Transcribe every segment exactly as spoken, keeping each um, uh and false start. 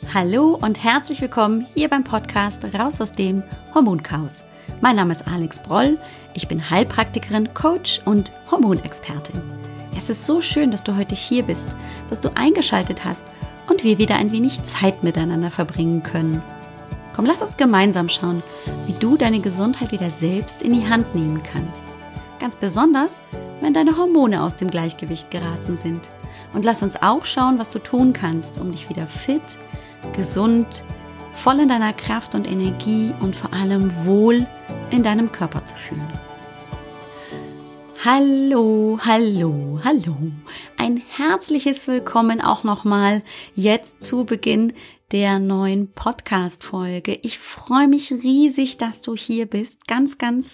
Hallo und herzlich willkommen hier beim Podcast Raus aus dem Hormonchaos. Mein Name ist Alex Broll, ich bin Heilpraktikerin, Coach und Hormonexpertin. Es ist so schön, dass du heute hier bist, dass du eingeschaltet hast und wir wieder ein wenig Zeit miteinander verbringen können. Komm, lass uns gemeinsam schauen, wie du deine Gesundheit wieder selbst in die Hand nehmen kannst. Ganz besonders, wenn deine Hormone aus dem Gleichgewicht geraten sind. Und lass uns auch schauen, was du tun kannst, um dich wieder fit, gesund, voll in deiner Kraft und Energie und vor allem wohl in deinem Körper zu fühlen. Hallo, hallo, hallo. Ein herzliches Willkommen auch nochmal jetzt zu Beginn der neuen Podcast-Folge. Ich freue mich riesig, dass du hier bist. Ganz, ganz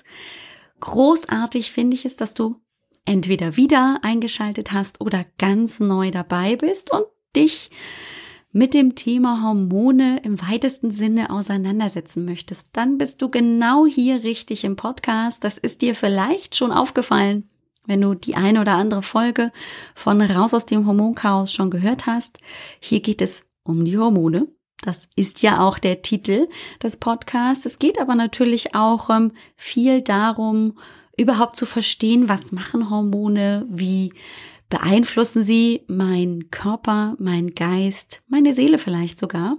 großartig finde ich es, dass du entweder wieder eingeschaltet hast oder ganz neu dabei bist und dich mit dem Thema Hormone im weitesten Sinne auseinandersetzen möchtest. Dann bist du genau hier richtig im Podcast. Das ist dir vielleicht schon aufgefallen, wenn du die eine oder andere Folge von Raus aus dem Hormonchaos schon gehört hast. Hier geht es um die Hormone. Das ist ja auch der Titel des Podcasts. Es geht aber natürlich auch ähm, viel darum, überhaupt zu verstehen, was machen Hormone, wie beeinflussen sie meinen Körper, meinen Geist, meine Seele vielleicht sogar.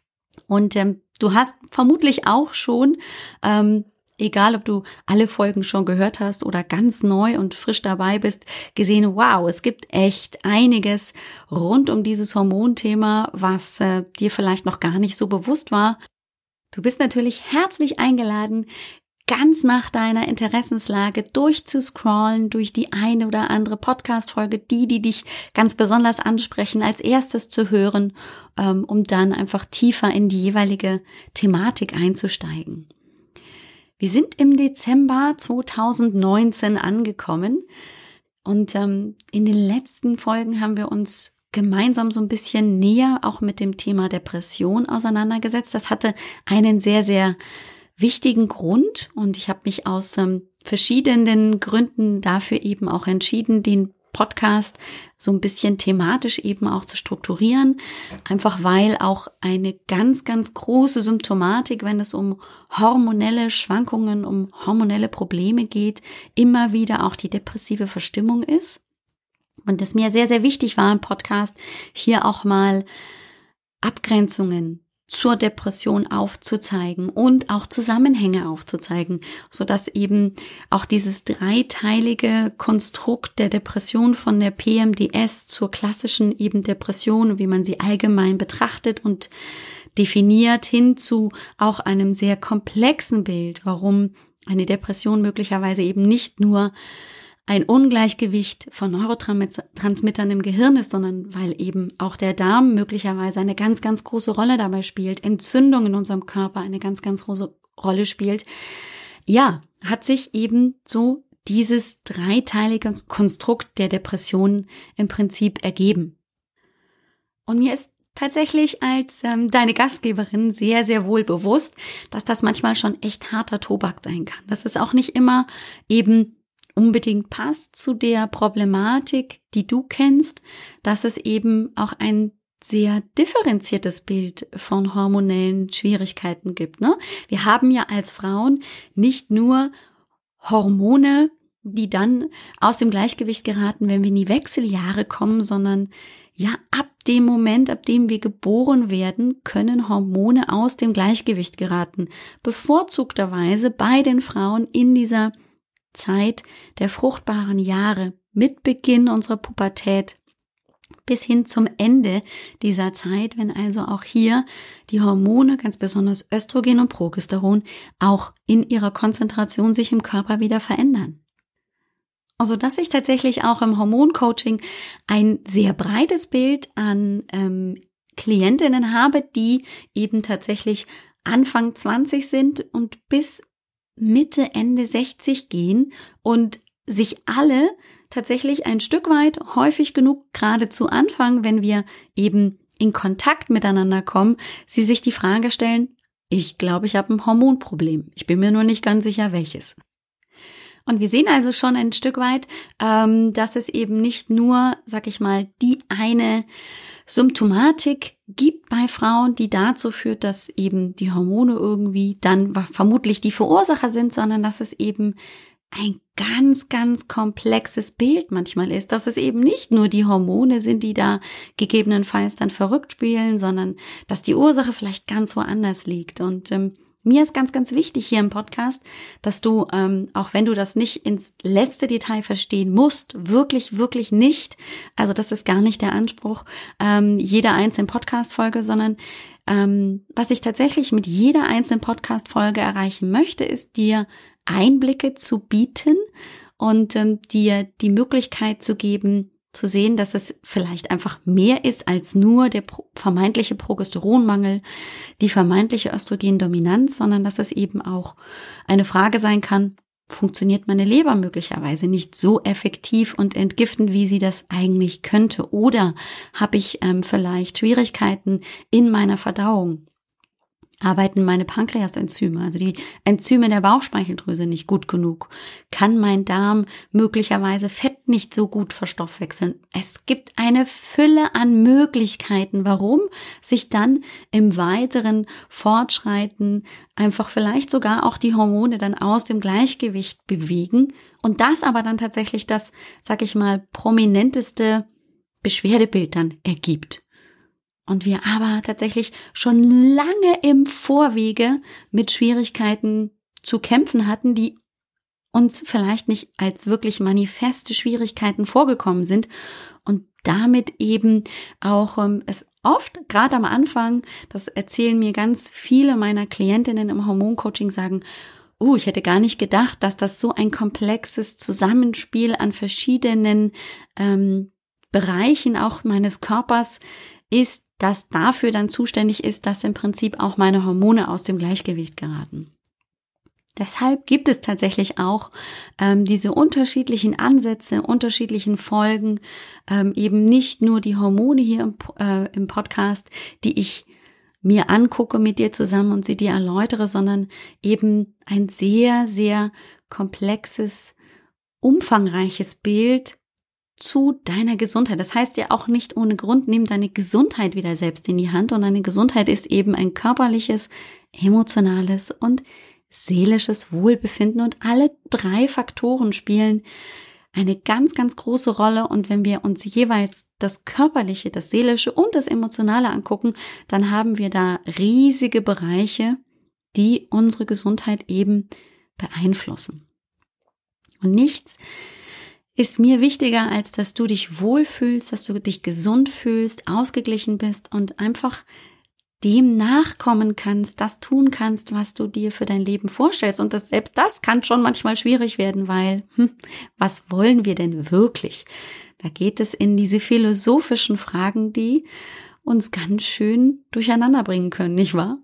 Und ähm, du hast vermutlich auch schon, ähm, egal ob du alle Folgen schon gehört hast oder ganz neu und frisch dabei bist, gesehen, wow, es gibt echt einiges rund um dieses Hormonthema, was äh, dir vielleicht noch gar nicht so bewusst war. Du bist natürlich herzlich eingeladen, ganz nach deiner Interessenslage durchzuscrollen durch die eine oder andere Podcast-Folge, die, die dich ganz besonders ansprechen, als erstes zu hören, um dann einfach tiefer in die jeweilige Thematik einzusteigen. Wir sind im Dezember zweitausendneunzehn angekommen und ähm, in den letzten Folgen haben wir uns gemeinsam so ein bisschen näher auch mit dem Thema Depression auseinandergesetzt. Das hatte einen sehr, sehr wichtigen Grund und ich habe mich aus ähm, verschiedenen Gründen dafür eben auch entschieden, den Podcast so ein bisschen thematisch eben auch zu strukturieren, einfach weil auch eine ganz, ganz große Symptomatik, wenn es um hormonelle Schwankungen, um hormonelle Probleme geht, immer wieder auch die depressive Verstimmung ist. Und es mir sehr, sehr wichtig war im Podcast, hier auch mal Abgrenzungen zur Depression aufzuzeigen und auch Zusammenhänge aufzuzeigen, so dass eben auch dieses dreiteilige Konstrukt der Depression von der P M D S zur klassischen eben Depression, wie man sie allgemein betrachtet und definiert, hin zu auch einem sehr komplexen Bild, warum eine Depression möglicherweise eben nicht nur ein Ungleichgewicht von Neurotransmittern im Gehirn ist, sondern weil eben auch der Darm möglicherweise eine ganz, ganz große Rolle dabei spielt, Entzündung in unserem Körper eine ganz, ganz große Rolle spielt. Ja, hat sich eben so dieses dreiteilige Konstrukt der Depression im Prinzip ergeben. Und mir ist tatsächlich als ähm, deine Gastgeberin sehr, sehr wohl bewusst, dass das manchmal schon echt harter Tobak sein kann. Das ist auch nicht immer eben unbedingt passt zu der Problematik, die du kennst, dass es eben auch ein sehr differenziertes Bild von hormonellen Schwierigkeiten gibt, ne? Wir haben ja als Frauen nicht nur Hormone, die dann aus dem Gleichgewicht geraten, wenn wir in die Wechseljahre kommen, sondern ja, ab dem Moment, ab dem wir geboren werden, können Hormone aus dem Gleichgewicht geraten. Bevorzugterweise bei den Frauen in dieser Zeit der fruchtbaren Jahre, mit Beginn unserer Pubertät bis hin zum Ende dieser Zeit, wenn also auch hier die Hormone, ganz besonders Östrogen und Progesteron, auch in ihrer Konzentration sich im Körper wieder verändern. Also dass ich tatsächlich auch im Hormoncoaching ein sehr breites Bild an ähm, Klientinnen habe, die eben tatsächlich Anfang zwanzig sind und bis Mitte, Ende sechzig gehen und sich alle tatsächlich ein Stück weit, häufig genug, gerade zu Anfang, wenn wir eben in Kontakt miteinander kommen, sie sich die Frage stellen, ich glaube, ich habe ein Hormonproblem. Ich bin mir nur nicht ganz sicher, welches. Und wir sehen also schon ein Stück weit, ähm, dass es eben nicht nur, sag ich mal, die eine Symptomatik gibt bei Frauen, die dazu führt, dass eben die Hormone irgendwie dann vermutlich die Verursacher sind, sondern dass es eben ein ganz, ganz komplexes Bild manchmal ist, dass es eben nicht nur die Hormone sind, die da gegebenenfalls dann verrückt spielen, sondern dass die Ursache vielleicht ganz woanders liegt. Und ähm, mir ist ganz, ganz wichtig hier im Podcast, dass du, ähm, auch wenn du das nicht ins letzte Detail verstehen musst, wirklich, wirklich nicht, also das ist gar nicht der Anspruch ähm, jeder einzelnen Podcast-Folge, sondern ähm, was ich tatsächlich mit jeder einzelnen Podcast-Folge erreichen möchte, ist dir Einblicke zu bieten und ähm, dir die Möglichkeit zu geben, zu sehen, dass es vielleicht einfach mehr ist als nur der pro- vermeintliche Progesteronmangel, die vermeintliche Östrogendominanz, sondern dass es eben auch eine Frage sein kann, funktioniert meine Leber möglicherweise nicht so effektiv und entgiftend, wie sie das eigentlich könnte? Oder habe ich ähm, vielleicht Schwierigkeiten in meiner Verdauung? Arbeiten meine Pankreasenzyme, also die Enzyme der Bauchspeicheldrüse, nicht gut genug? Kann mein Darm möglicherweise Fett nicht so gut verstoffwechseln? Es gibt eine Fülle an Möglichkeiten, warum sich dann im weiteren Fortschreiten einfach vielleicht sogar auch die Hormone dann aus dem Gleichgewicht bewegen und das aber dann tatsächlich das, sag ich mal, prominenteste Beschwerdebild dann ergibt. Und wir aber tatsächlich schon lange im Vorwege mit Schwierigkeiten zu kämpfen hatten, die uns vielleicht nicht als wirklich manifeste Schwierigkeiten vorgekommen sind und damit eben auch ähm, es oft, gerade am Anfang, das erzählen mir ganz viele meiner Klientinnen im Hormoncoaching, sagen, oh, ich hätte gar nicht gedacht, dass das so ein komplexes Zusammenspiel an verschiedenen ähm, Bereichen auch meines Körpers ist, das dafür dann zuständig ist, dass im Prinzip auch meine Hormone aus dem Gleichgewicht geraten. Deshalb gibt es tatsächlich auch ähm, diese unterschiedlichen Ansätze, unterschiedlichen Folgen, ähm, eben nicht nur die Hormone hier im, äh, im Podcast, die ich mir angucke mit dir zusammen und sie dir erläutere, sondern eben ein sehr, sehr komplexes, umfangreiches Bild zu deiner Gesundheit. Das heißt ja auch nicht ohne Grund, nimm deine Gesundheit wieder selbst in die Hand. Und deine Gesundheit ist eben ein körperliches, emotionales und seelisches Wohlbefinden. Und alle drei Faktoren spielen eine ganz, ganz große Rolle. Und wenn wir uns jeweils das Körperliche, das Seelische und das Emotionale angucken, dann haben wir da riesige Bereiche, die unsere Gesundheit eben beeinflussen. Und nichts ist mir wichtiger, als dass du dich wohlfühlst, dass du dich gesund fühlst, ausgeglichen bist und einfach dem nachkommen kannst, das tun kannst, was du dir für dein Leben vorstellst. Und das, selbst das kann schon manchmal schwierig werden, weil, hm, was wollen wir denn wirklich? Da geht es in diese philosophischen Fragen, die uns ganz schön durcheinander bringen können, nicht wahr?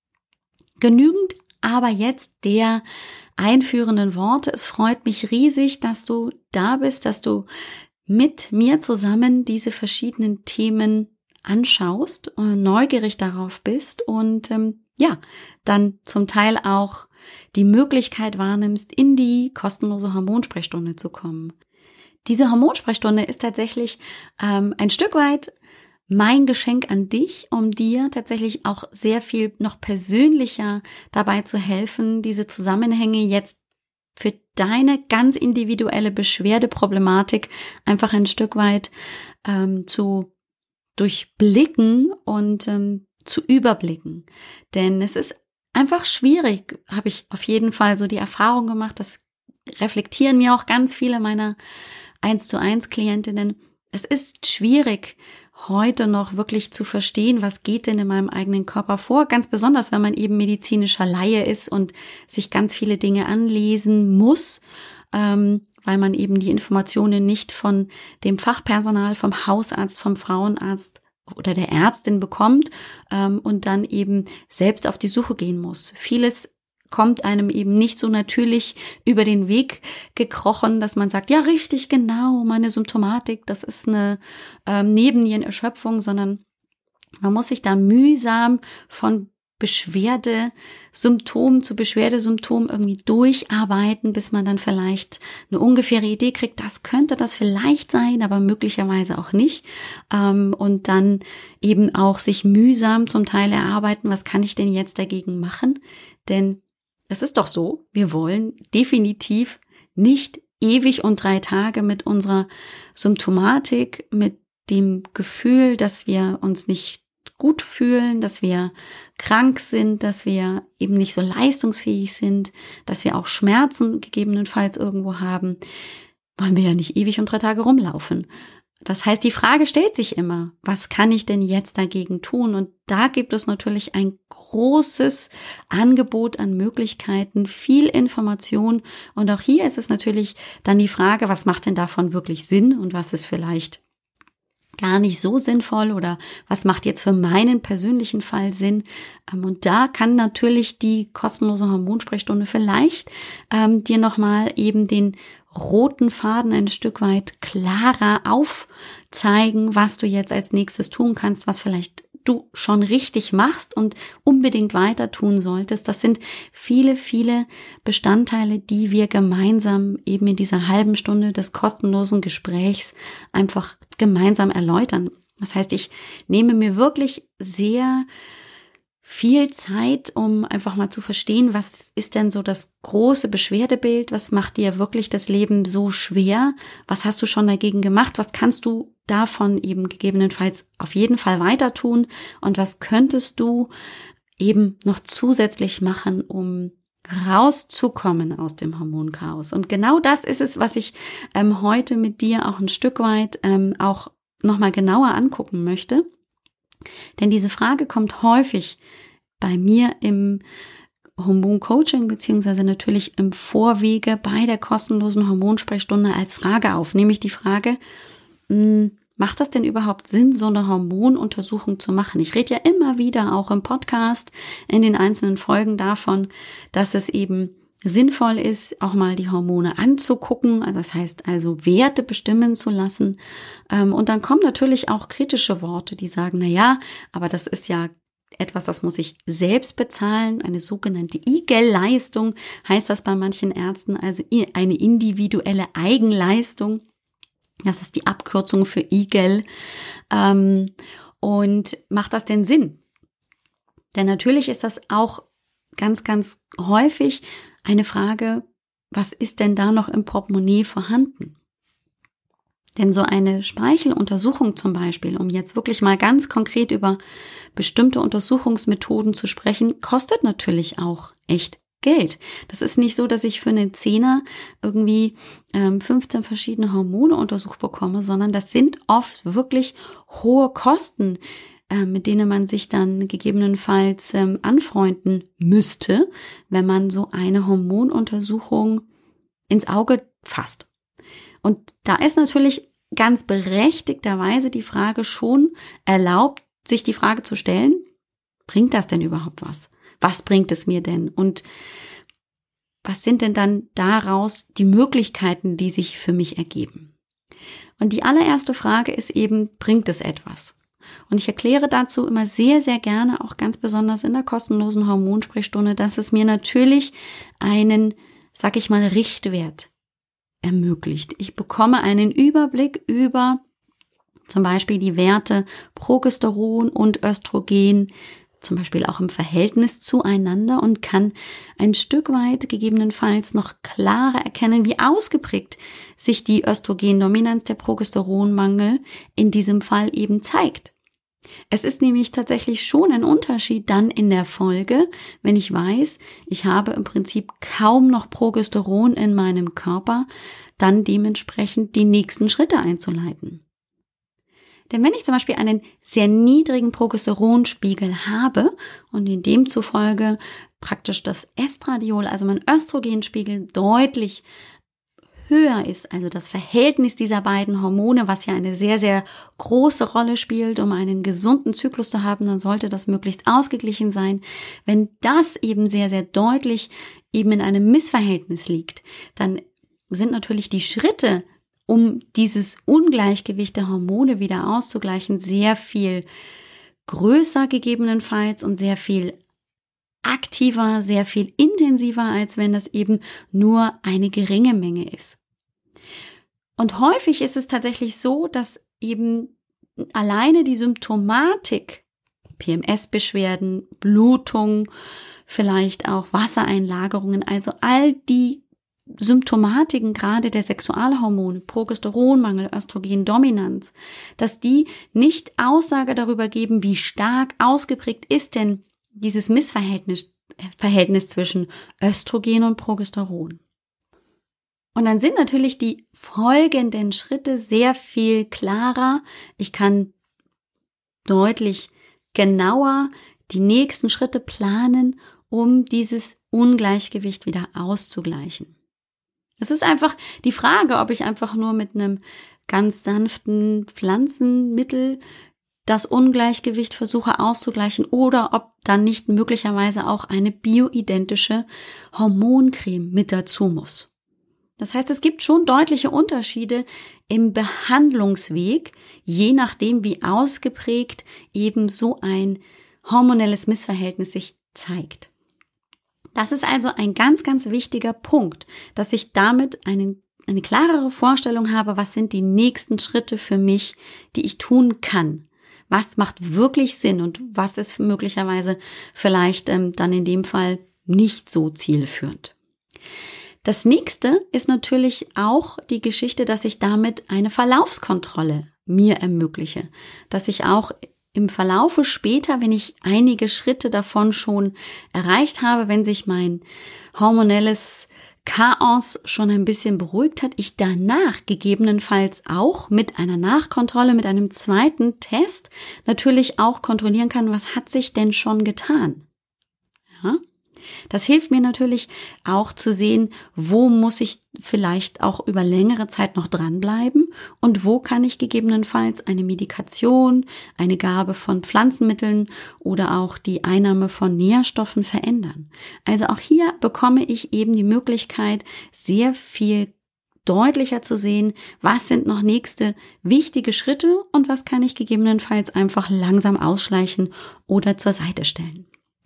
Genügend aber jetzt der einführenden Worte. Es freut mich riesig, dass du da bist, dass du mit mir zusammen diese verschiedenen Themen anschaust, neugierig darauf bist und ähm, ja, dann zum Teil auch die Möglichkeit wahrnimmst, in die kostenlose Hormonsprechstunde zu kommen. Diese Hormonsprechstunde ist tatsächlich ähm, ein Stück weit mein Geschenk an dich, um dir tatsächlich auch sehr viel noch persönlicher dabei zu helfen, diese Zusammenhänge jetzt für deine ganz individuelle Beschwerdeproblematik einfach ein Stück weit ähm, zu durchblicken und ähm, zu überblicken. Denn es ist einfach schwierig, habe ich auf jeden Fall so die Erfahrung gemacht, das reflektieren mir auch ganz viele meiner eins zu eins Klientinnen. Es ist schwierig, heute noch wirklich zu verstehen, was geht denn in meinem eigenen Körper vor, ganz besonders, wenn man eben medizinischer Laie ist und sich ganz viele Dinge anlesen muss, ähm, weil man eben die Informationen nicht von dem Fachpersonal, vom Hausarzt, vom Frauenarzt oder der Ärztin bekommt ähm, und dann eben selbst auf die Suche gehen muss. Vieles kommt einem eben nicht so natürlich über den Weg gekrochen, dass man sagt, ja richtig, genau, meine Symptomatik, das ist eine ähm, Nebennierenerschöpfung, sondern man muss sich da mühsam von Beschwerdesymptom zu Beschwerdesymptom irgendwie durcharbeiten, bis man dann vielleicht eine ungefähre Idee kriegt, das könnte das vielleicht sein, aber möglicherweise auch nicht. Und dann eben auch sich mühsam zum Teil erarbeiten, was kann ich denn jetzt dagegen machen? Denn es ist doch so, wir wollen definitiv nicht ewig und drei Tage mit unserer Symptomatik, mit dem Gefühl, dass wir uns nicht gut fühlen, dass wir krank sind, dass wir eben nicht so leistungsfähig sind, dass wir auch Schmerzen gegebenenfalls irgendwo haben, wollen wir ja nicht ewig und drei Tage rumlaufen. Das heißt, die Frage stellt sich immer, was kann ich denn jetzt dagegen tun? Und da gibt es natürlich ein großes Angebot an Möglichkeiten, viel Information. Und auch hier ist es natürlich dann die Frage, was macht denn davon wirklich Sinn und was ist vielleicht gar nicht so sinnvoll oder was macht jetzt für meinen persönlichen Fall Sinn. Und da kann natürlich die kostenlose Hormonsprechstunde vielleicht ähm, dir nochmal eben den roten Faden ein Stück weit klarer aufzeigen, was du jetzt als nächstes tun kannst, was vielleicht du schon richtig machst und unbedingt weiter tun solltest. Das sind viele, viele Bestandteile, die wir gemeinsam eben in dieser halben Stunde des kostenlosen Gesprächs einfach gemeinsam erläutern. Das heißt, ich nehme mir wirklich sehr viel Zeit, um einfach mal zu verstehen, was ist denn so das große Beschwerdebild, was macht dir wirklich das Leben so schwer, was hast du schon dagegen gemacht, was kannst du davon eben gegebenenfalls auf jeden Fall weiter tun und was könntest du eben noch zusätzlich machen, um rauszukommen aus dem Hormonchaos. Und genau das ist es, was ich ähm, heute mit dir auch ein Stück weit ähm, auch nochmal genauer angucken möchte. Denn diese Frage kommt häufig bei mir im Hormoncoaching beziehungsweise natürlich im Vorwege bei der kostenlosen Hormonsprechstunde als Frage auf. Nämlich die Frage, mh, macht das denn überhaupt Sinn, so eine Hormonuntersuchung zu machen? Ich rede ja immer wieder auch im Podcast in den einzelnen Folgen davon, dass es eben sinnvoll ist, auch mal die Hormone anzugucken, also das heißt also Werte bestimmen zu lassen. Und dann kommen natürlich auch kritische Worte, die sagen, na ja, aber das ist ja etwas, das muss ich selbst bezahlen, eine sogenannte I G E L-Leistung heißt das bei manchen Ärzten, also eine individuelle Eigenleistung. Das ist die Abkürzung für I G E L. Und macht das denn Sinn? Denn natürlich ist das auch ganz, ganz häufig eine Frage, was ist denn da noch im Portemonnaie vorhanden? Denn so eine Speicheluntersuchung zum Beispiel, um jetzt wirklich mal ganz konkret über bestimmte Untersuchungsmethoden zu sprechen, kostet natürlich auch echt Geld. Das ist nicht so, dass ich für einen Zehner irgendwie ähm, fünfzehn verschiedene Hormone untersucht bekomme, sondern das sind oft wirklich hohe Kosten, mit denen man sich dann gegebenenfalls ähm, anfreunden müsste, wenn man so eine Hormonuntersuchung ins Auge fasst. Und da ist natürlich ganz berechtigterweise die Frage schon erlaubt, sich die Frage zu stellen, bringt das denn überhaupt was? Was bringt es mir denn? Und was sind denn dann daraus die Möglichkeiten, die sich für mich ergeben? Und die allererste Frage ist eben, bringt es etwas? Und ich erkläre dazu immer sehr, sehr gerne, auch ganz besonders in der kostenlosen Hormonsprechstunde, dass es mir natürlich einen, sag ich mal, Richtwert ermöglicht. Ich bekomme einen Überblick über zum Beispiel die Werte Progesteron und Östrogen, zum Beispiel auch im Verhältnis zueinander und kann ein Stück weit gegebenenfalls noch klarer erkennen, wie ausgeprägt sich die Östrogendominanz, der Progesteronmangel in diesem Fall eben zeigt. Es ist nämlich tatsächlich schon ein Unterschied dann in der Folge, wenn ich weiß, ich habe im Prinzip kaum noch Progesteron in meinem Körper, dann dementsprechend die nächsten Schritte einzuleiten. Denn wenn ich zum Beispiel einen sehr niedrigen Progesteronspiegel habe und in demzufolge praktisch das Estradiol, also mein Östrogenspiegel, deutlich höher ist, also das Verhältnis dieser beiden Hormone, was ja eine sehr, sehr große Rolle spielt, um einen gesunden Zyklus zu haben, dann sollte das möglichst ausgeglichen sein. Wenn das eben sehr, sehr deutlich eben in einem Missverhältnis liegt, dann sind natürlich die Schritte, um dieses Ungleichgewicht der Hormone wieder auszugleichen, sehr viel größer gegebenenfalls und sehr viel aktiver, sehr viel intensiver, als wenn das eben nur eine geringe Menge ist. Und häufig ist es tatsächlich so, dass eben alleine die Symptomatik, P M S-Beschwerden, Blutung, vielleicht auch Wassereinlagerungen, also all die Symptomatiken gerade der Sexualhormone, Progesteronmangel, Östrogendominanz, dass die nicht Aussage darüber geben, wie stark ausgeprägt ist denn dieses Missverhältnis Verhältnis zwischen Östrogen und Progesteron. Und dann sind natürlich die folgenden Schritte sehr viel klarer. Ich kann deutlich genauer die nächsten Schritte planen, um dieses Ungleichgewicht wieder auszugleichen. Es ist einfach die Frage, ob ich einfach nur mit einem ganz sanften Pflanzenmittel das Ungleichgewicht versuche auszugleichen oder ob dann nicht möglicherweise auch eine bioidentische Hormoncreme mit dazu muss. Das heißt, es gibt schon deutliche Unterschiede im Behandlungsweg, je nachdem, wie ausgeprägt eben so ein hormonelles Missverhältnis sich zeigt. Das ist also ein ganz, ganz wichtiger Punkt, dass ich damit einen, eine klarere Vorstellung habe, was sind die nächsten Schritte für mich, die ich tun kann. Was macht wirklich Sinn und was ist möglicherweise vielleicht ähm, dann in dem Fall nicht so zielführend. Das nächste ist natürlich auch die Geschichte, dass ich damit eine Verlaufskontrolle mir ermögliche, dass ich auch im Verlaufe später, wenn ich einige Schritte davon schon erreicht habe, wenn sich mein hormonelles Chaos schon ein bisschen beruhigt hat, ich danach gegebenenfalls auch mit einer Nachkontrolle, mit einem zweiten Test natürlich auch kontrollieren kann, was hat sich denn schon getan. Ja? Das hilft mir natürlich auch zu sehen, wo muss ich vielleicht auch über längere Zeit noch dranbleiben und wo kann ich gegebenenfalls eine Medikation, eine Gabe von Pflanzenmitteln oder auch die Einnahme von Nährstoffen verändern. Also auch hier bekomme ich eben die Möglichkeit, sehr viel deutlicher zu sehen, was sind noch nächste wichtige Schritte und was kann ich gegebenenfalls einfach langsam ausschleichen oder zur Seite stellen.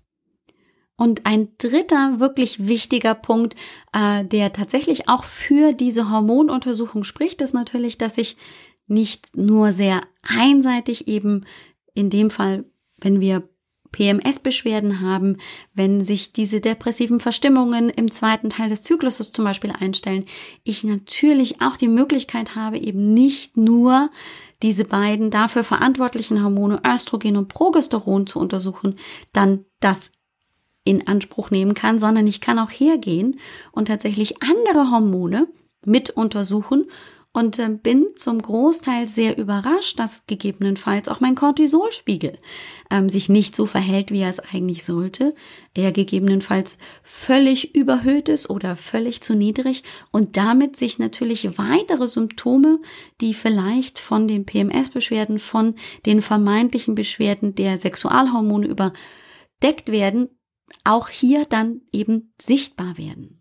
Und ein dritter wirklich wichtiger Punkt, äh, der tatsächlich auch für diese Hormonuntersuchung spricht, ist natürlich, dass ich nicht nur sehr einseitig eben in dem Fall, wenn wir P M S-Beschwerden haben, wenn sich diese depressiven Verstimmungen im zweiten Teil des Zykluses zum Beispiel einstellen, ich natürlich auch die Möglichkeit habe, eben nicht nur diese beiden dafür verantwortlichen Hormone Östrogen und Progesteron zu untersuchen, dann das in Anspruch nehmen kann, sondern ich kann auch hergehen und tatsächlich andere Hormone mit untersuchen und äh, bin zum Großteil sehr überrascht, dass gegebenenfalls auch mein Cortisolspiegel ähm, sich nicht so verhält, wie er es eigentlich sollte. Er gegebenenfalls völlig überhöht ist oder völlig zu niedrig und damit sich natürlich weitere Symptome, die vielleicht von den P M S-Beschwerden, von den vermeintlichen Beschwerden der Sexualhormone überdeckt werden, auch hier dann eben sichtbar werden.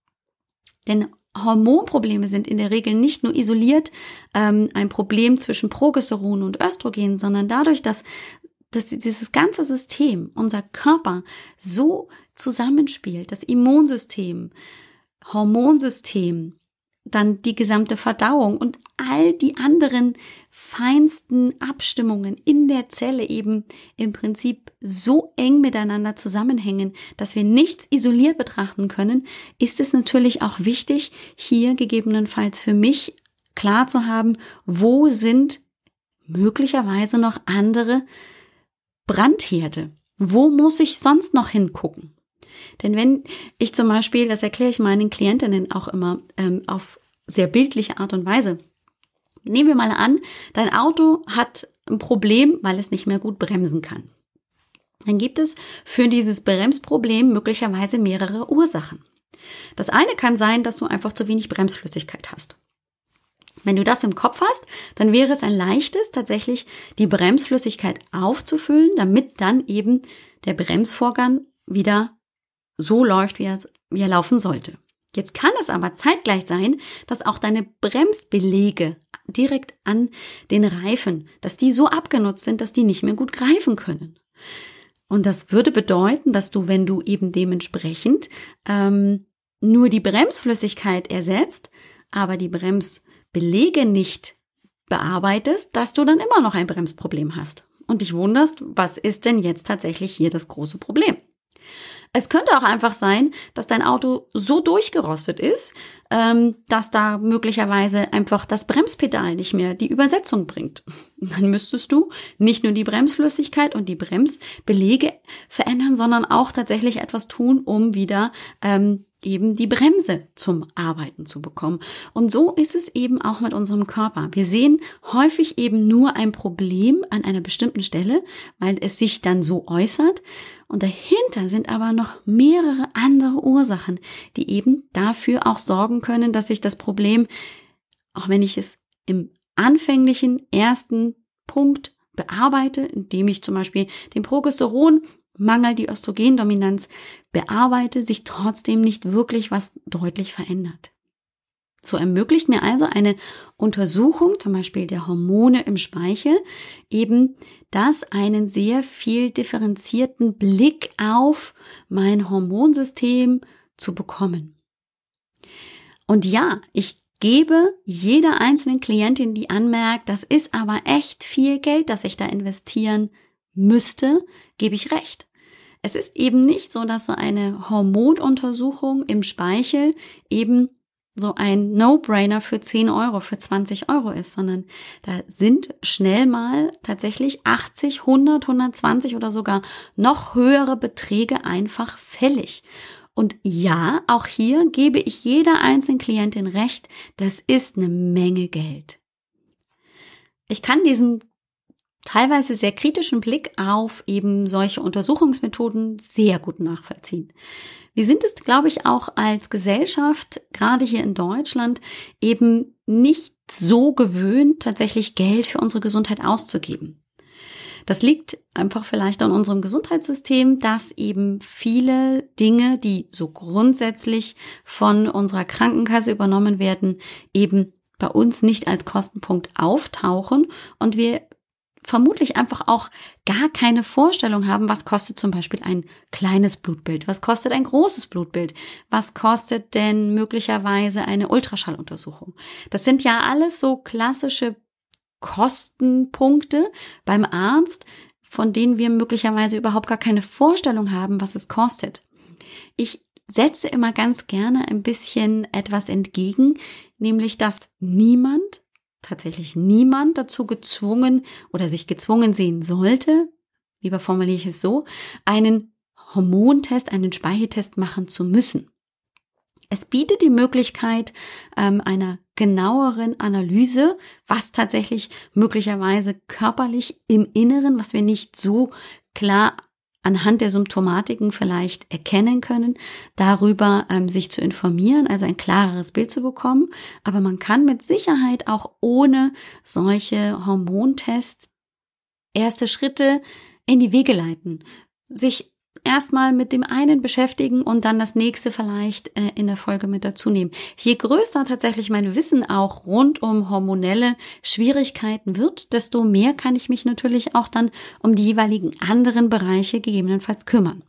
Denn Hormonprobleme sind in der Regel nicht nur isoliert ähm, ein Problem zwischen Progesteron und Östrogen, sondern dadurch, dass, dass dieses ganze System, unser Körper so zusammenspielt, das Immunsystem, Hormonsystem, dann die gesamte Verdauung und all die anderen feinsten Abstimmungen in der Zelle eben im Prinzip so eng miteinander zusammenhängen, dass wir nichts isoliert betrachten können, ist es natürlich auch wichtig, hier gegebenenfalls für mich klar zu haben, wo sind möglicherweise noch andere Brandherde? Wo muss ich sonst noch hingucken? Denn wenn ich zum Beispiel, das erkläre ich meinen Klientinnen auch immer ähm, auf sehr bildliche Art und Weise. Nehmen wir mal an, dein Auto hat ein Problem, weil es nicht mehr gut bremsen kann. Dann gibt es für dieses Bremsproblem möglicherweise mehrere Ursachen. Das eine kann sein, dass du einfach zu wenig Bremsflüssigkeit hast. Wenn du das im Kopf hast, dann wäre es ein leichtes, tatsächlich die Bremsflüssigkeit aufzufüllen, damit dann eben der Bremsvorgang wieder so läuft, wie er, wie er laufen sollte. Jetzt kann es aber zeitgleich sein, dass auch deine Bremsbeläge direkt an den Reifen, dass die so abgenutzt sind, dass die nicht mehr gut greifen können. Und das würde bedeuten, dass du, wenn du eben dementsprechend ähm, nur die Bremsflüssigkeit ersetzt, aber die Bremsbeläge nicht bearbeitest, dass du dann immer noch ein Bremsproblem hast. Und dich wunderst, was ist denn jetzt tatsächlich hier das große Problem? Es könnte auch einfach sein, dass dein Auto so durchgerostet ist, ähm, dass da möglicherweise einfach das Bremspedal nicht mehr die Übersetzung bringt. Dann müsstest du nicht nur die Bremsflüssigkeit und die Bremsbeläge verändern, sondern auch tatsächlich etwas tun, um wieder ähm, eben die Bremse zum Arbeiten zu bekommen. Und so ist es eben auch mit unserem Körper. Wir sehen häufig eben nur ein Problem an einer bestimmten Stelle, weil es sich dann so äußert. Und dahinter sind aber noch mehrere andere Ursachen, die eben dafür auch sorgen können, dass sich das Problem, auch wenn ich es im anfänglichen ersten Punkt bearbeite, indem ich zum Beispiel den Progesteron Mangel, die Östrogendominanz bearbeite, sich trotzdem nicht wirklich was deutlich verändert. So ermöglicht mir also eine Untersuchung, zum Beispiel der Hormone im Speichel, eben das einen sehr viel differenzierten Blick auf mein Hormonsystem zu bekommen. Und ja, ich gebe jeder einzelnen Klientin, die anmerkt, das ist aber echt viel Geld, das ich da investieren müsste, gebe ich recht. Es ist eben nicht so, dass so eine Hormonuntersuchung im Speichel eben so ein No-Brainer für zehn Euro, für zwanzig Euro ist, sondern da sind schnell mal tatsächlich achtzig, hundert, hundertzwanzig oder sogar noch höhere Beträge einfach fällig. Und ja, auch hier gebe ich jeder einzelnen Klientin recht, das ist eine Menge Geld. Ich kann diesen teilweise sehr kritischen Blick auf eben solche Untersuchungsmethoden sehr gut nachvollziehen. Wir sind es, glaube ich, auch als Gesellschaft, gerade hier in Deutschland, eben nicht so gewöhnt, tatsächlich Geld für unsere Gesundheit auszugeben. Das liegt einfach vielleicht an unserem Gesundheitssystem, dass eben viele Dinge, die so grundsätzlich von unserer Krankenkasse übernommen werden, eben bei uns nicht als Kostenpunkt auftauchen und wir vermutlich einfach auch gar keine Vorstellung haben, was kostet zum Beispiel ein kleines Blutbild, was kostet ein großes Blutbild, was kostet denn möglicherweise eine Ultraschalluntersuchung. Das sind ja alles so klassische Kostenpunkte beim Arzt, von denen wir möglicherweise überhaupt gar keine Vorstellung haben, was es kostet. Ich setze immer ganz gerne ein bisschen etwas entgegen, nämlich dass niemand tatsächlich niemand dazu gezwungen oder sich gezwungen sehen sollte, lieber formuliere ich es so, einen Hormontest, einen Speicheltest machen zu müssen. Es bietet die Möglichkeit ähm, einer genaueren Analyse, was tatsächlich möglicherweise körperlich im Inneren, was wir nicht so klar anhand der Symptomatiken vielleicht erkennen können, darüber ähm, sich zu informieren, also ein klareres Bild zu bekommen. Aber man kann mit Sicherheit auch ohne solche Hormontests erste Schritte in die Wege leiten, sich erstmal mit dem einen beschäftigen und dann das nächste vielleicht äh, in der Folge mit dazu nehmen. Je größer tatsächlich mein Wissen auch rund um hormonelle Schwierigkeiten wird, desto mehr kann ich mich natürlich auch dann um die jeweiligen anderen Bereiche gegebenenfalls kümmern.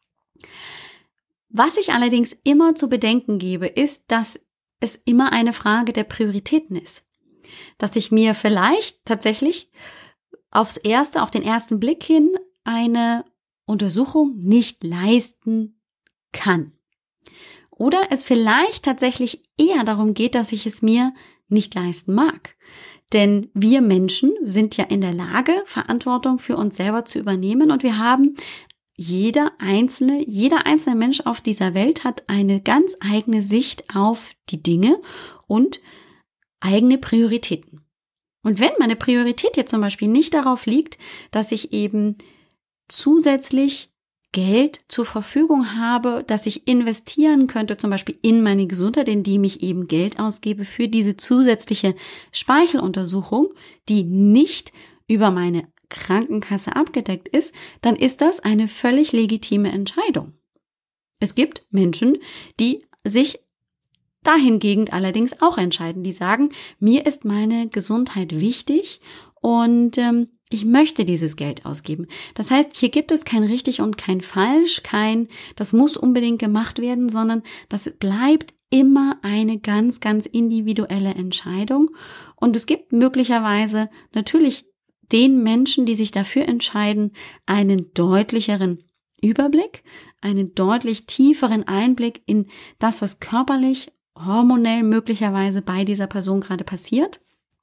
Was ich allerdings immer zu bedenken gebe, ist, dass es immer eine Frage der Prioritäten ist. Dass ich mir vielleicht tatsächlich aufs erste, auf den ersten Blick hin eine Untersuchung nicht leisten kann. Oder es vielleicht tatsächlich eher darum geht, dass ich es mir nicht leisten mag. Denn wir Menschen sind ja in der Lage, Verantwortung für uns selber zu übernehmen und wir haben jeder einzelne, jeder einzelne Mensch auf dieser Welt hat eine ganz eigene Sicht auf die Dinge und eigene Prioritäten. Und wenn meine Priorität jetzt zum Beispiel nicht darauf liegt, dass ich eben zusätzlich Geld zur Verfügung habe, dass ich investieren könnte, zum Beispiel in meine Gesundheit, indem ich eben Geld ausgebe für diese zusätzliche Speicheluntersuchung, die nicht über meine Krankenkasse abgedeckt ist, dann ist das eine völlig legitime Entscheidung. Es gibt Menschen, die sich dahingegen allerdings auch entscheiden, die sagen, mir ist meine Gesundheit wichtig und ähm, Ich möchte dieses Geld ausgeben. Das heißt, hier gibt es kein richtig und kein falsch, kein, das muss unbedingt gemacht werden, sondern das bleibt immer eine ganz, ganz individuelle Entscheidung. Und es gibt möglicherweise natürlich den Menschen, die sich dafür entscheiden, einen deutlicheren Überblick, einen deutlich tieferen Einblick in das, was körperlich, hormonell möglicherweise bei dieser Person gerade passiert.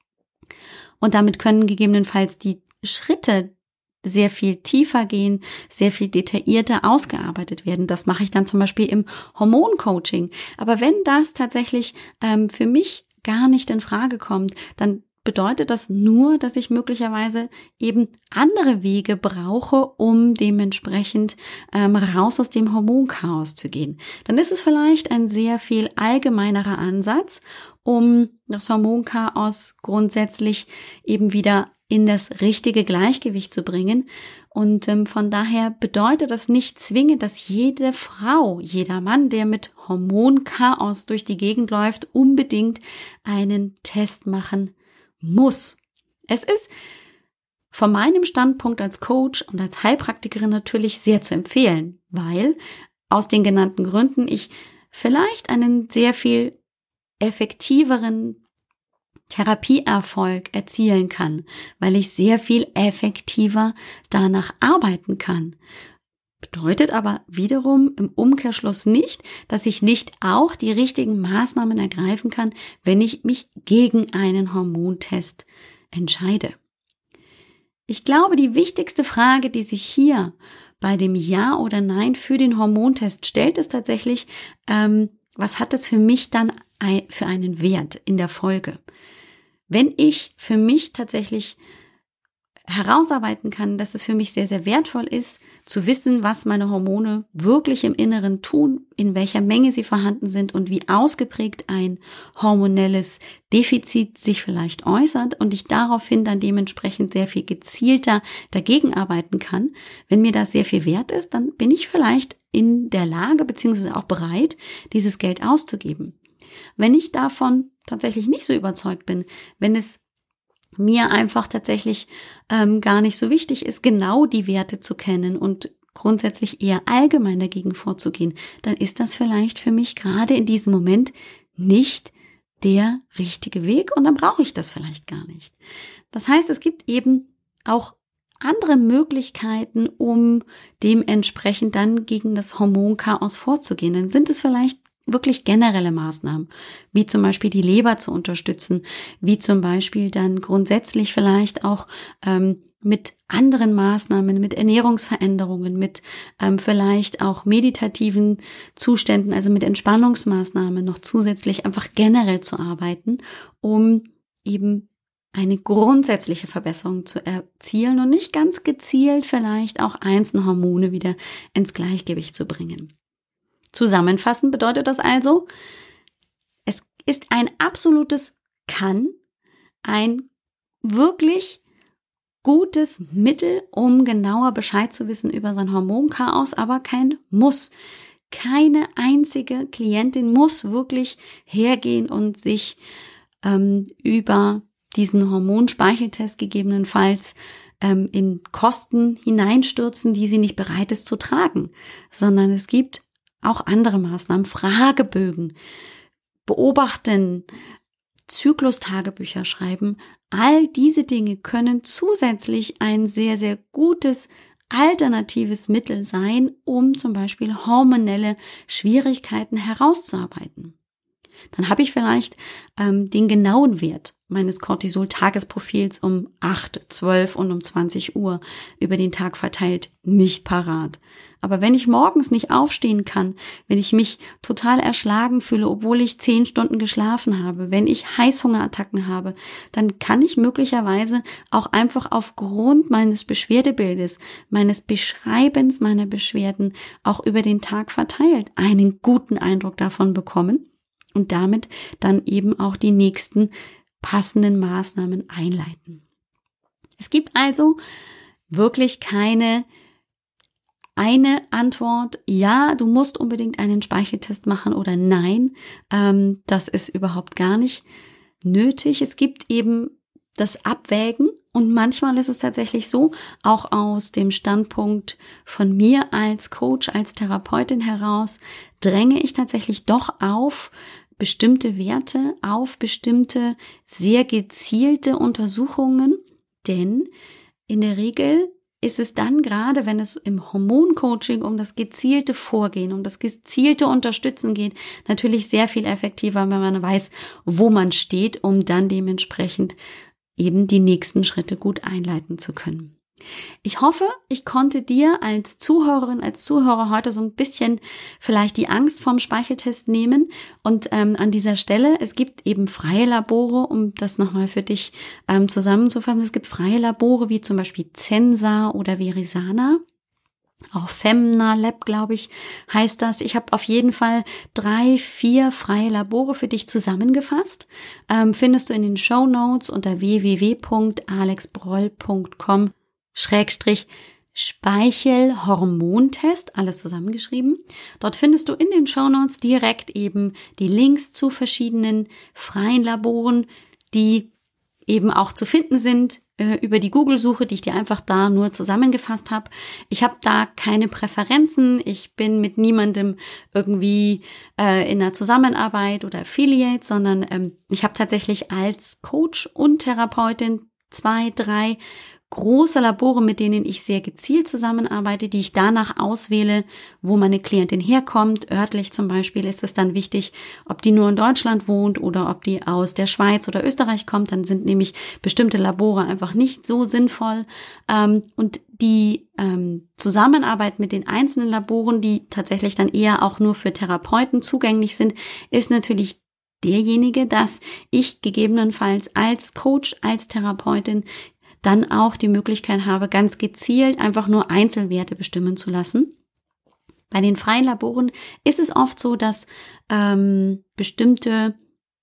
Und damit können gegebenenfalls die Schritte sehr viel tiefer gehen, sehr viel detaillierter ausgearbeitet werden. Das mache ich dann zum Beispiel im Hormoncoaching. Aber wenn das tatsächlich ähm, für mich gar nicht in Frage kommt, dann bedeutet das nur, dass ich möglicherweise eben andere Wege brauche, um dementsprechend ähm, raus aus dem Hormonchaos zu gehen. Dann ist es vielleicht ein sehr viel allgemeinerer Ansatz, um das Hormonchaos grundsätzlich eben wieder in das richtige Gleichgewicht zu bringen. Und ähm, von daher bedeutet das nicht zwingend, dass jede Frau, jeder Mann, der mit Hormonchaos durch die Gegend läuft, unbedingt einen Test machen muss. Es ist von meinem Standpunkt als Coach und als Heilpraktikerin natürlich sehr zu empfehlen, weil aus den genannten Gründen ich vielleicht einen sehr viel effektiveren Therapieerfolg erzielen kann, weil ich sehr viel effektiver danach arbeiten kann. Bedeutet aber wiederum im Umkehrschluss nicht, dass ich nicht auch die richtigen Maßnahmen ergreifen kann, wenn ich mich gegen einen Hormontest entscheide. Ich glaube, die wichtigste Frage, die sich hier bei dem Ja oder Nein für den Hormontest stellt, ist tatsächlich, ähm, was hat es für mich dann ein, für einen Wert in der Folge? Wenn ich für mich tatsächlich herausarbeiten kann, dass es für mich sehr, sehr wertvoll ist, zu wissen, was meine Hormone wirklich im Inneren tun, in welcher Menge sie vorhanden sind und wie ausgeprägt ein hormonelles Defizit sich vielleicht äußert und ich daraufhin dann dementsprechend sehr viel gezielter dagegen arbeiten kann. Wenn mir das sehr viel wert ist, dann bin ich vielleicht in der Lage beziehungsweise auch bereit, dieses Geld auszugeben. Wenn ich davon tatsächlich nicht so überzeugt bin, wenn es mir einfach tatsächlich ähm, gar nicht so wichtig ist, genau die Werte zu kennen und grundsätzlich eher allgemein dagegen vorzugehen, dann ist das vielleicht für mich gerade in diesem Moment nicht der richtige Weg und dann brauche ich das vielleicht gar nicht. Das heißt, es gibt eben auch andere Möglichkeiten, um dementsprechend dann gegen das Hormonchaos vorzugehen. Dann sind es vielleicht wirklich generelle Maßnahmen, wie zum Beispiel die Leber zu unterstützen, wie zum Beispiel dann grundsätzlich vielleicht auch ähm, mit anderen Maßnahmen, mit Ernährungsveränderungen, mit ähm, vielleicht auch meditativen Zuständen, also mit Entspannungsmaßnahmen noch zusätzlich einfach generell zu arbeiten, um eben eine grundsätzliche Verbesserung zu erzielen und nicht ganz gezielt vielleicht auch einzelne Hormone wieder ins Gleichgewicht zu bringen. Zusammenfassend bedeutet das also, es ist ein absolutes Kann, ein wirklich gutes Mittel, um genauer Bescheid zu wissen über sein Hormonchaos, aber kein Muss. Keine einzige Klientin muss wirklich hergehen und sich ähm, über diesen Hormonspeicheltest gegebenenfalls ähm, in Kosten hineinstürzen, die sie nicht bereit ist zu tragen, sondern es gibt auch andere Maßnahmen, Fragebögen, beobachten, Zyklustagebücher schreiben. All diese Dinge können zusätzlich ein sehr, sehr gutes alternatives Mittel sein, um zum Beispiel hormonelle Schwierigkeiten herauszuarbeiten. Dann habe ich vielleicht ähm, den genauen Wert meines Cortisol-Tagesprofils um acht, zwölf und um zwanzig Uhr über den Tag verteilt nicht parat. Aber wenn ich morgens nicht aufstehen kann, wenn ich mich total erschlagen fühle, obwohl ich zehn Stunden geschlafen habe, wenn ich Heißhungerattacken habe, dann kann ich möglicherweise auch einfach aufgrund meines Beschwerdebildes, meines Beschreibens meiner Beschwerden auch über den Tag verteilt einen guten Eindruck davon bekommen und damit dann eben auch die nächsten passenden Maßnahmen einleiten. Es gibt also wirklich keine eine Antwort, ja, du musst unbedingt einen Speicheltest machen oder nein, ähm, das ist überhaupt gar nicht nötig. Es gibt eben das Abwägen Und manchmal ist es tatsächlich so, auch aus dem Standpunkt von mir als Coach, als Therapeutin heraus, dränge ich tatsächlich doch auf bestimmte Werte, auf bestimmte sehr gezielte Untersuchungen, denn in der Regel ist es dann gerade, wenn es im Hormoncoaching um das gezielte Vorgehen, um das gezielte Unterstützen geht, natürlich sehr viel effektiver, wenn man weiß, wo man steht, um dann dementsprechend eben die nächsten Schritte gut einleiten zu können. Ich hoffe, ich konnte dir als Zuhörerin, als Zuhörer heute so ein bisschen vielleicht die Angst vorm Speicheltest nehmen. Und ähm, an dieser Stelle, es gibt eben freie Labore, um das nochmal für dich ähm, zusammenzufassen. Es gibt freie Labore wie zum Beispiel Zensa oder Verisana. Auch Femna Lab, glaube ich, heißt das. Ich habe auf jeden Fall drei, vier freie Labore für dich zusammengefasst. Ähm, findest du in den Shownotes unter w w w punkt alex broll punkt com Schrägstrich Speichelhormontest, alles zusammengeschrieben. Dort findest du in den Shownotes direkt eben die Links zu verschiedenen freien Laboren, die eben auch zu finden sind äh, über die Google-Suche, die ich dir einfach da nur zusammengefasst habe. Ich habe da keine Präferenzen, ich bin mit niemandem irgendwie äh, in einer Zusammenarbeit oder Affiliate, sondern ähm, ich habe tatsächlich als Coach und Therapeutin zwei, drei große Labore, mit denen ich sehr gezielt zusammenarbeite, die ich danach auswähle, wo meine Klientin herkommt. Örtlich zum Beispiel ist es dann wichtig, ob die nur in Deutschland wohnt oder ob die aus der Schweiz oder Österreich kommt. Dann sind nämlich bestimmte Labore einfach nicht so sinnvoll. Und die Zusammenarbeit mit den einzelnen Laboren, die tatsächlich dann eher auch nur für Therapeuten zugänglich sind, ist natürlich derjenige, dass ich gegebenenfalls als Coach, als Therapeutin dann auch die Möglichkeit habe, ganz gezielt einfach nur Einzelwerte bestimmen zu lassen. Bei den freien Laboren ist es oft so, dass ähm, bestimmte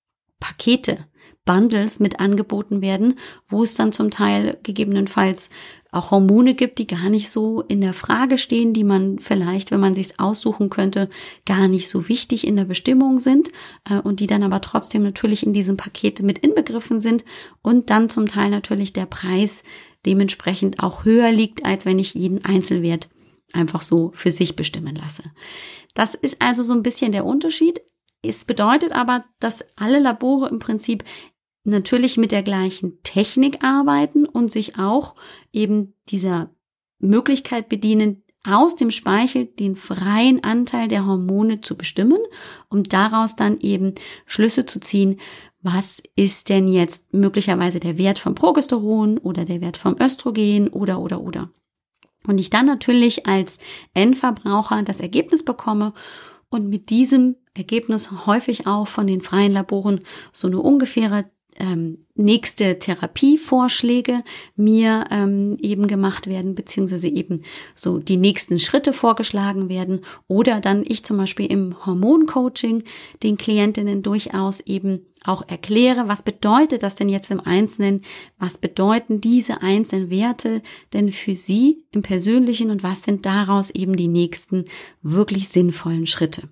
Pakete, Bundles mit angeboten werden, wo es dann zum Teil gegebenenfalls auch Hormone gibt, die gar nicht so in der Frage stehen, die man vielleicht, wenn man sich's aussuchen könnte, gar nicht so wichtig in der Bestimmung sind äh, und die dann aber trotzdem natürlich in diesem Paket mit inbegriffen sind und dann zum Teil natürlich der Preis dementsprechend auch höher liegt, als wenn ich jeden Einzelwert einfach so für sich bestimmen lasse. Das ist also so ein bisschen der Unterschied. Es bedeutet aber, dass alle Labore im Prinzip natürlich mit der gleichen Technik arbeiten und sich auch eben dieser Möglichkeit bedienen, aus dem Speichel den freien Anteil der Hormone zu bestimmen, um daraus dann eben Schlüsse zu ziehen, was ist denn jetzt möglicherweise der Wert vom Progesteron oder der Wert vom Östrogen oder, oder, oder. Und ich dann natürlich als Endverbraucher das Ergebnis bekomme und mit diesem Ergebnis häufig auch von den freien Laboren so eine ungefähre ähm, nächste Therapievorschläge mir ähm, eben gemacht werden, beziehungsweise eben so die nächsten Schritte vorgeschlagen werden oder dann ich zum Beispiel im Hormoncoaching den Klientinnen durchaus eben auch erkläre, was bedeutet das denn jetzt im Einzelnen, was bedeuten diese einzelnen Werte denn für Sie im Persönlichen und was sind daraus eben die nächsten wirklich sinnvollen Schritte.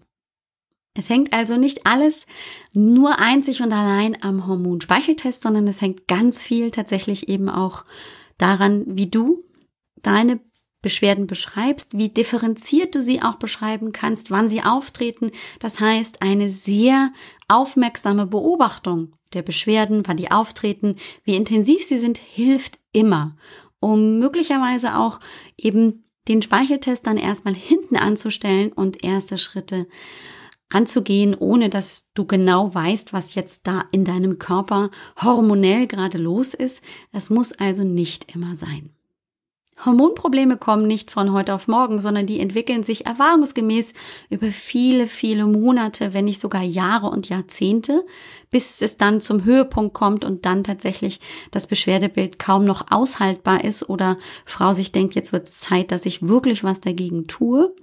Es hängt also nicht alles nur einzig und allein am Hormonspeicheltest, sondern es hängt ganz viel tatsächlich eben auch daran, wie du deine Beschwerden beschreibst, wie differenziert du sie auch beschreiben kannst, wann sie auftreten. Das heißt, eine sehr aufmerksame Beobachtung der Beschwerden, wann die auftreten, wie intensiv sie sind, hilft immer, um möglicherweise auch eben den Speicheltest dann erstmal hinten anzustellen und erste Schritte anzugehen, ohne dass du genau weißt, was jetzt da in deinem Körper hormonell gerade los ist. Das muss also nicht immer sein. Hormonprobleme kommen nicht von heute auf morgen, sondern die entwickeln sich erfahrungsgemäß über viele, viele Monate, wenn nicht sogar Jahre und Jahrzehnte, bis es dann zum Höhepunkt kommt und dann tatsächlich das Beschwerdebild kaum noch aushaltbar ist oder Frau sich denkt, jetzt wird es Zeit, dass ich wirklich was dagegen tue.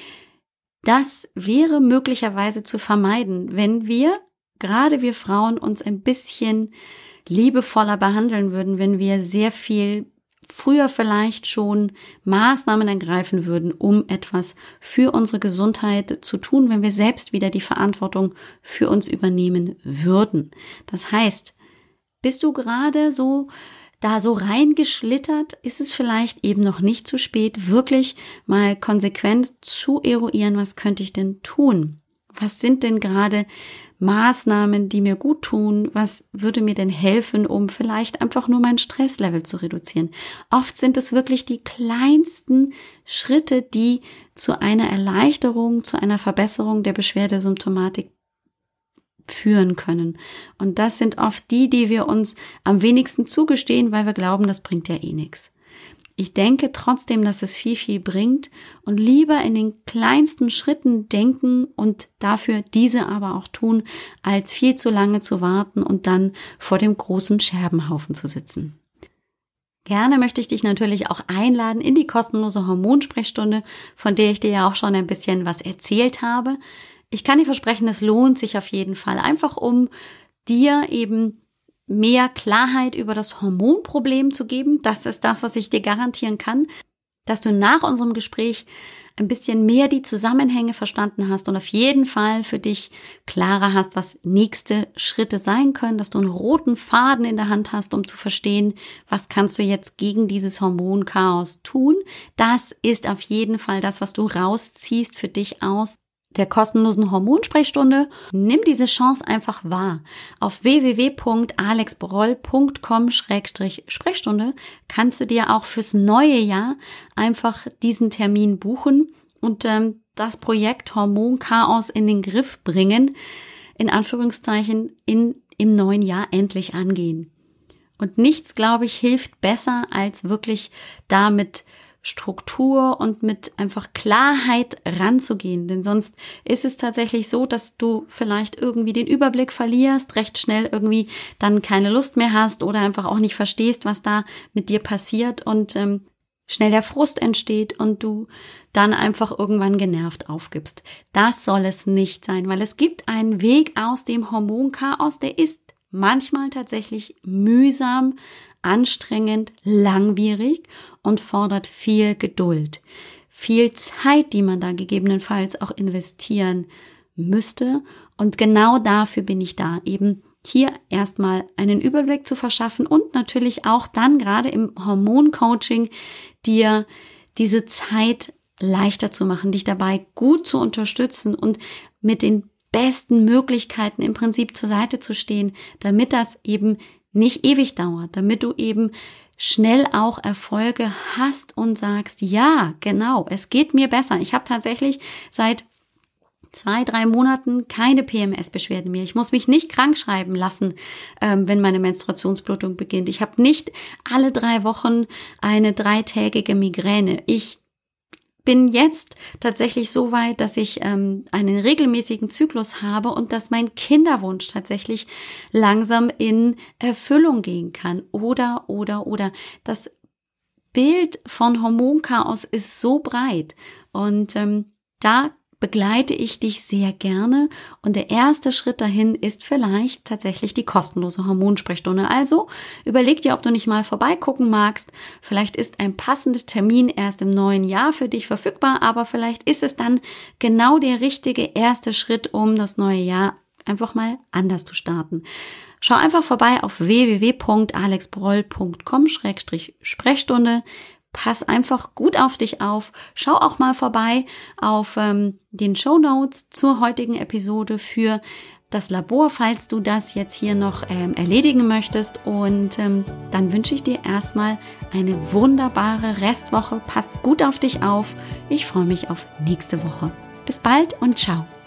Das wäre möglicherweise zu vermeiden, wenn wir, gerade wir Frauen, uns ein bisschen liebevoller behandeln würden, wenn wir sehr viel früher vielleicht schon Maßnahmen ergreifen würden, um etwas für unsere Gesundheit zu tun, wenn wir selbst wieder die Verantwortung für uns übernehmen würden. Das heißt, bist du gerade so da so reingeschlittert, ist es vielleicht eben noch nicht zu spät, wirklich mal konsequent zu eruieren, was könnte ich denn tun? Was sind denn gerade Maßnahmen, die mir gut tun? Was würde mir denn helfen, um vielleicht einfach nur mein Stresslevel zu reduzieren? Oft sind es wirklich die kleinsten Schritte, die zu einer Erleichterung, zu einer Verbesserung der Beschwerdesymptomatik führen können. Und das sind oft die, die wir uns am wenigsten zugestehen, weil wir glauben, das bringt ja eh nichts. Ich denke trotzdem, dass es viel, viel bringt und lieber in den kleinsten Schritten denken und dafür diese aber auch tun, als viel zu lange zu warten und dann vor dem großen Scherbenhaufen zu sitzen. Gerne möchte ich dich natürlich auch einladen in die kostenlose Hormonsprechstunde, von der ich dir ja auch schon ein bisschen was erzählt habe. Ich kann dir versprechen, es lohnt sich auf jeden Fall, einfach um dir eben mehr Klarheit über das Hormonproblem zu geben. Das ist das, was ich dir garantieren kann, dass du nach unserem Gespräch ein bisschen mehr die Zusammenhänge verstanden hast und auf jeden Fall für dich klarer hast, was nächste Schritte sein können, dass du einen roten Faden in der Hand hast, um zu verstehen, was kannst du jetzt gegen dieses Hormonchaos tun. Das ist auf jeden Fall das, was du rausziehst für dich aus der kostenlosen Hormonsprechstunde. Nimm diese Chance einfach wahr. Auf w w w punkt alex broll punkt com Schrägstrich Sprechstunde kannst du dir auch fürs neue Jahr einfach diesen Termin buchen und ähm, das Projekt Hormonchaos in den Griff bringen, in Anführungszeichen, in, im neuen Jahr endlich angehen. Und nichts, glaube ich, hilft besser, als wirklich damit Struktur und mit einfach Klarheit ranzugehen. Denn sonst ist es tatsächlich so, dass du vielleicht irgendwie den Überblick verlierst, recht schnell irgendwie dann keine Lust mehr hast oder einfach auch nicht verstehst, was da mit dir passiert und ähm, schnell der Frust entsteht und du dann einfach irgendwann genervt aufgibst. Das soll es nicht sein, weil es gibt einen Weg aus dem Hormonchaos, der ist manchmal tatsächlich mühsam, anstrengend, langwierig und fordert viel Geduld, viel Zeit, die man da gegebenenfalls auch investieren müsste. Und genau dafür bin ich da, eben hier erstmal einen Überblick zu verschaffen und natürlich auch dann gerade im Hormoncoaching dir diese Zeit leichter zu machen, dich dabei gut zu unterstützen und mit den besten Möglichkeiten im Prinzip zur Seite zu stehen, damit das eben nicht ewig dauert, damit du eben schnell auch Erfolge hast und sagst, ja, genau, es geht mir besser. Ich habe tatsächlich seit zwei, drei Monaten keine P M S-Beschwerden mehr. Ich muss mich nicht krank schreiben lassen, ähm, wenn meine Menstruationsblutung beginnt. Ich habe nicht alle drei Wochen eine dreitägige Migräne. Ich bin jetzt tatsächlich so weit, dass ich ähm, einen regelmäßigen Zyklus habe und dass mein Kinderwunsch tatsächlich langsam in Erfüllung gehen kann. Oder, oder, oder. Das Bild von Hormonchaos ist so breit und ähm, da begleite ich dich sehr gerne und der erste Schritt dahin ist vielleicht tatsächlich die kostenlose Hormonsprechstunde. Also überleg dir, ob du nicht mal vorbeigucken magst. Vielleicht ist ein passender Termin erst im neuen Jahr für dich verfügbar, aber vielleicht ist es dann genau der richtige erste Schritt, um das neue Jahr einfach mal anders zu starten. Schau einfach vorbei auf w w w punkt alex broll punkt com Schrägstrich Sprechstunde. Pass einfach gut auf dich auf. Schau auch mal vorbei auf ähm, den Shownotes zur heutigen Episode für das Labor, falls du das jetzt hier noch ähm, erledigen möchtest. Und ähm, dann wünsche ich dir erstmal eine wunderbare Restwoche. Pass gut auf dich auf. Ich freue mich auf nächste Woche. Bis bald und ciao.